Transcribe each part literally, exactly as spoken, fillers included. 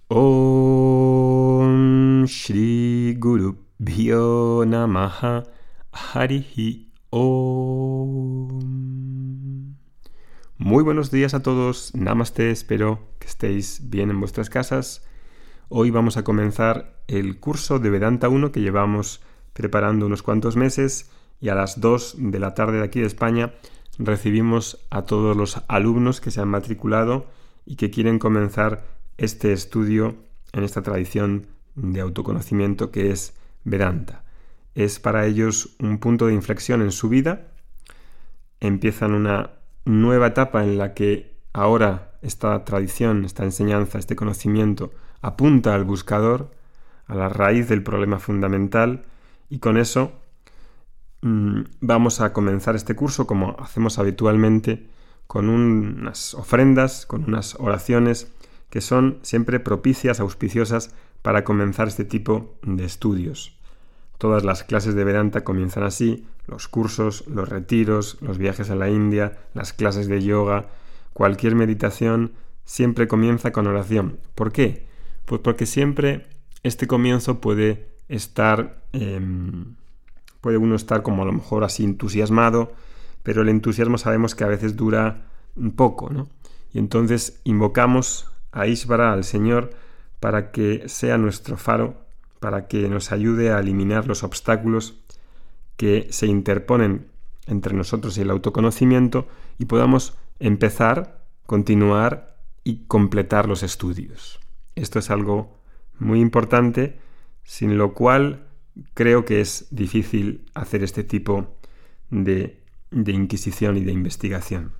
Om Shri Guru Bhyo Namaha Harihi Om. Muy buenos días a todos, Namaste, espero que estéis bien en vuestras casas. Hoy vamos a comenzar el curso de Vedanta uno que llevamos preparando unos cuantos meses y a las dos de la tarde de aquí de España recibimos a todos los alumnos que se han matriculado y que quieren comenzar este estudio en esta tradición de autoconocimiento que es Vedanta. Es para ellos un punto de inflexión en su vida. Empiezan una nueva etapa en la que ahora esta tradición, esta enseñanza, este conocimiento apunta al buscador, a la raíz del problema fundamental, y con eso mmm, vamos a comenzar este curso como hacemos habitualmente, con unas ofrendas, con unas oraciones que son siempre propicias, auspiciosas para comenzar este tipo de estudios. Todas las clases de Vedanta comienzan así, los cursos, los retiros, los viajes a la India, las clases de yoga, cualquier meditación siempre comienza con oración. ¿Por qué? Pues porque siempre este comienzo puede estar, eh, puede uno estar como a lo mejor así entusiasmado, pero el entusiasmo sabemos que a veces dura un poco, ¿no? Y entonces invocamos a Ishvara, al Señor, para que sea nuestro faro, para que nos ayude a eliminar los obstáculos que se interponen entre nosotros y el autoconocimiento y podamos empezar, continuar y completar los estudios. Esto es algo muy importante, sin lo cual creo que es difícil hacer este tipo de, de inquisición y de investigación.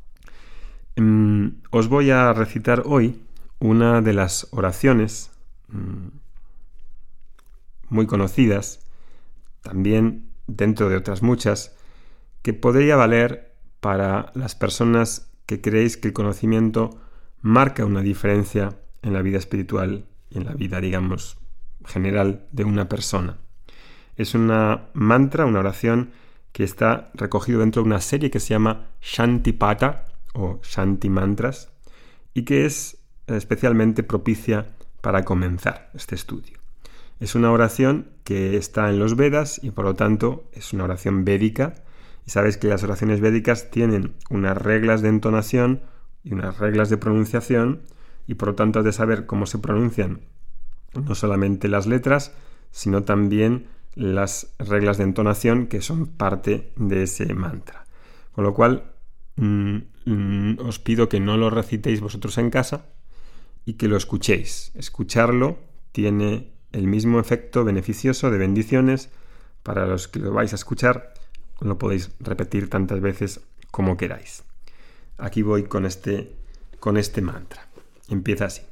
Um, os voy a recitar hoy una de las oraciones um, muy conocidas, también dentro de otras muchas, que podría valer para las personas que creéis que el conocimiento marca una diferencia en la vida espiritual y en la vida, digamos, general de una persona. Es una mantra, una oración que está recogido dentro de una serie que se llama Shantipata o Shanti Mantras y que es especialmente propicia para comenzar este estudio. Es una oración que está en los Vedas y por lo tanto es una oración védica, y sabéis que las oraciones védicas tienen unas reglas de entonación y unas reglas de pronunciación y por lo tanto has de saber cómo se pronuncian no solamente las letras sino también las reglas de entonación que son parte de ese mantra, con lo cual mm, mm, os pido que no lo recitéis vosotros en casa y que lo escuchéis. Escucharlo tiene el mismo efecto beneficioso de bendiciones. Para los que lo vais a escuchar, lo podéis repetir tantas veces como queráis. Aquí voy con este, con este mantra. Empieza así.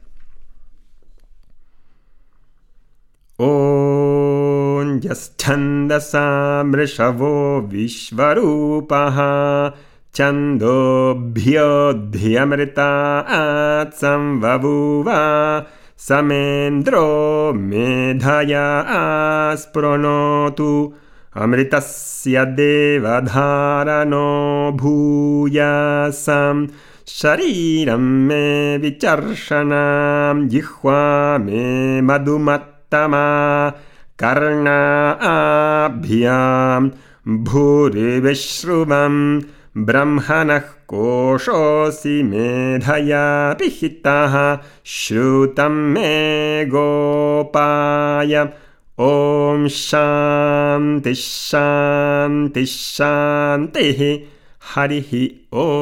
Om yaschandasa mrishavo vishvarupaha chandobhyo dhyamrita atsam vavuva samendro medhaya aspronotu amritasya devadharano bhuyasam shariram me vicharshanam jihva me madhumattama karna abhyam bhurivishruvam brahmanah koshosi medhaya pihitaha shrutam me gopaya om shanti shanti shanti harihi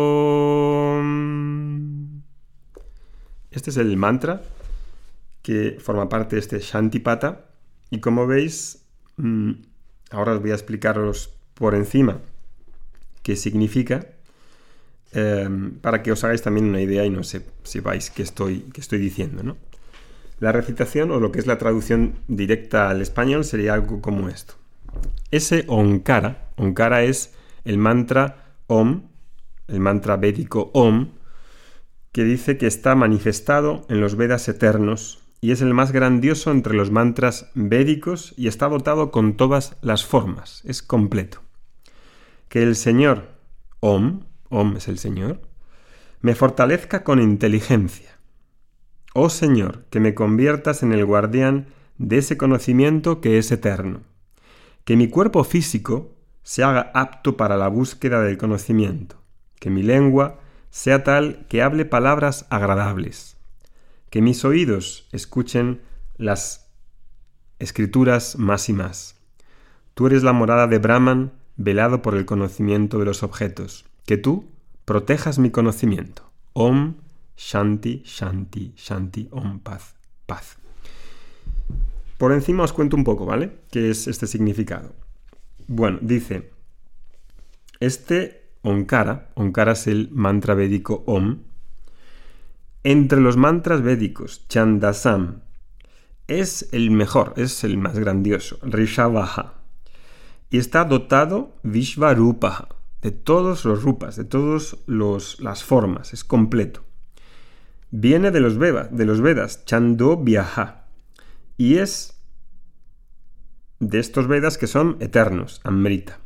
om. Este es el mantra que forma parte de este Shantipata y como veis, ahora os voy a explicaros por encima qué significa, eh, para que os hagáis también una idea y no sepáis qué estoy, qué estoy diciendo, ¿no? La recitación, o lo que es la traducción directa al español, sería algo como esto. Ese Onkara, Onkara es el mantra Om, el mantra védico Om, que dice que está manifestado en los Vedas eternos y es el más grandioso entre los mantras védicos y está dotado con todas las formas, es completo. Que el Señor, Om, Om es el Señor, me fortalezca con inteligencia. oh Señor, que me conviertas en el guardián de ese conocimiento que es eterno. Que mi cuerpo físico se haga apto para la búsqueda del conocimiento. Que mi lengua sea tal que hable palabras agradables. Que mis oídos escuchen las escrituras más y más. Tú eres la morada de Brahman, velado por el conocimiento de los objetos. Que tú protejas mi conocimiento. Om Shanti, Shanti, Shanti, Om Paz, Paz. Por encima os cuento un poco, ¿vale? ¿Qué es este significado? Bueno, dice, este Omkara, Omkara es el mantra védico Om, entre los mantras védicos, Chandasam, es el mejor, es el más grandioso, Rishabhaha, y está dotado Vishvarupaha, de todos los rupas, de todas las formas, es completo. Viene de los Vedas, de los Vedas, Chandobhyaha, y es de estos Vedas que son eternos, Amrita.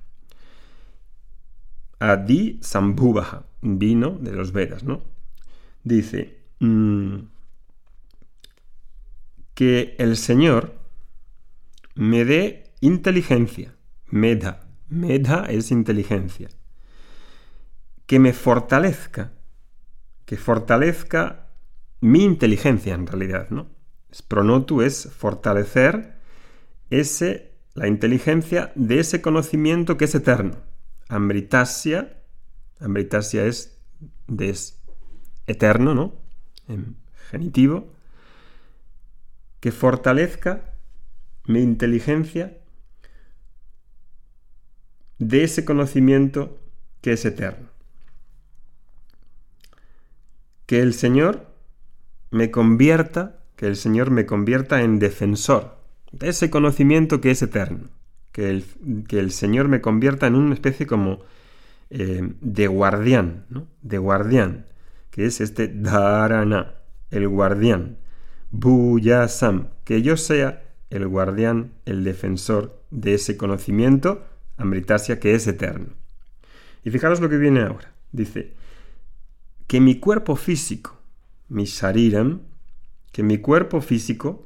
Adi Sambhuvaha, vino de los Vedas, ¿no? Dice mmm, que el Señor me dé inteligencia, medha, medha es inteligencia, que me fortalezca, que fortalezca mi inteligencia en realidad, ¿no? Pronotu es fortalecer ese, la inteligencia de ese conocimiento que es eterno. Amritasya, Amritasya es, de, es eterno, ¿no? En genitivo. Que fortalezca mi inteligencia de ese conocimiento que es eterno. Que el Señor me convierta, que el Señor me convierta en defensor de ese conocimiento que es eterno. Que el, que el Señor me convierta en una especie como eh, de guardián, ¿no? De guardián, que es este dharana, el guardián. Bhuyasam, que yo sea el guardián, el defensor de ese conocimiento, Amritasya, que es eterno. Y fijaros lo que viene ahora. Dice, que mi cuerpo físico, mi shariram, que mi cuerpo físico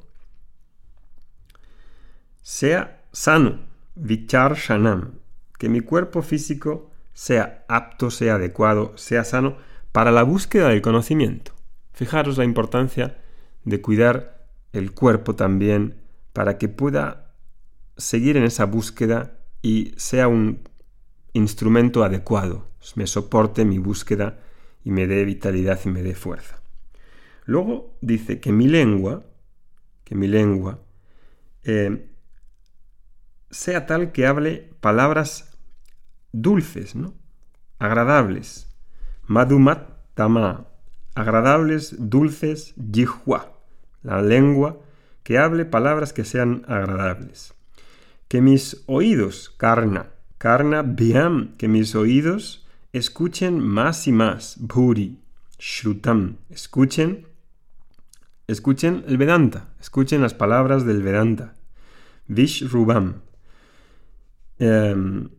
sea sano, vicharshanam, que mi cuerpo físico sea apto, sea adecuado, sea sano para la búsqueda del conocimiento. Fijaros la importancia de cuidar el cuerpo también para que pueda seguir en esa búsqueda y sea un instrumento adecuado, me soporte mi búsqueda y me dé vitalidad y me dé fuerza. Luego dice que mi lengua, que mi lengua eh, sea tal que hable palabras dulces, ¿no? Agradables. Madhumat tama, agradables, dulces, jihwa, la lengua, que hable palabras que sean agradables. Que mis oídos, karna, karna bhyam, que mis oídos escuchen más y más, bhuri, shrutam, escuchen, escuchen el Vedanta, escuchen las palabras del Vedanta, vishrubam. Um,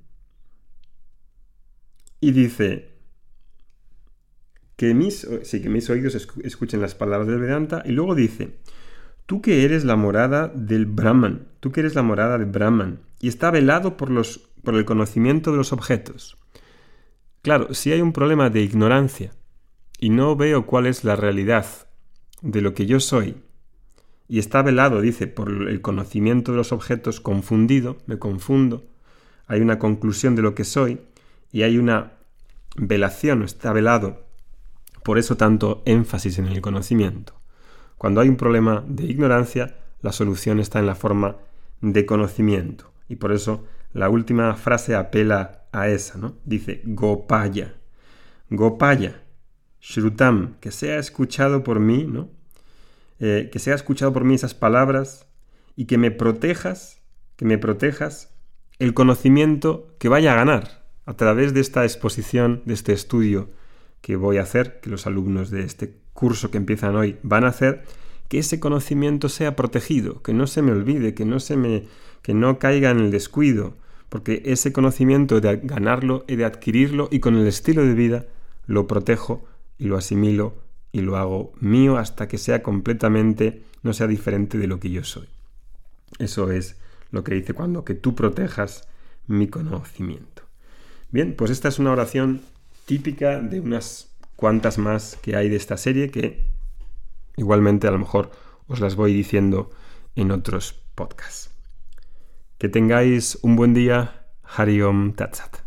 y dice que mis, sí, que mis oídos escuchen las palabras del Vedanta, y luego dice, tú que eres la morada del Brahman, tú que eres la morada del Brahman, y está velado por, los, por el conocimiento de los objetos. Claro, si hay un problema de ignorancia y no veo cuál es la realidad de lo que yo soy, y está velado, dice, por el conocimiento de los objetos, confundido, me confundo, hay una conclusión de lo que soy, y hay una velación, está velado, por eso tanto énfasis en el conocimiento. Cuando hay un problema de ignorancia, la solución está en la forma de conocimiento. Y por eso la última frase apela a esa, ¿no? Dice, Gopaya. Gopaya, Shrutam, que sea escuchado por mí, ¿no? Eh, que sea escuchado por mí esas palabras y que me protejas, que me protejas el conocimiento que vaya a ganar a través de esta exposición, de este estudio que voy a hacer, que los alumnos de este curso que empiezan hoy van a hacer, que ese conocimiento sea protegido, que no se me olvide, que no se me, que no caiga en el descuido, porque ese conocimiento he de ganarlo, he de adquirirlo y con el estilo de vida lo protejo y lo asimilo y lo hago mío hasta que sea completamente, no sea diferente de lo que yo soy. Eso es lo que dice cuando que tú protejas mi conocimiento. Bien, pues esta es una oración típica de unas cuantas más que hay de esta serie que igualmente a lo mejor os las voy diciendo en otros podcasts. Que tengáis un buen día. Hari Om Tat Sat.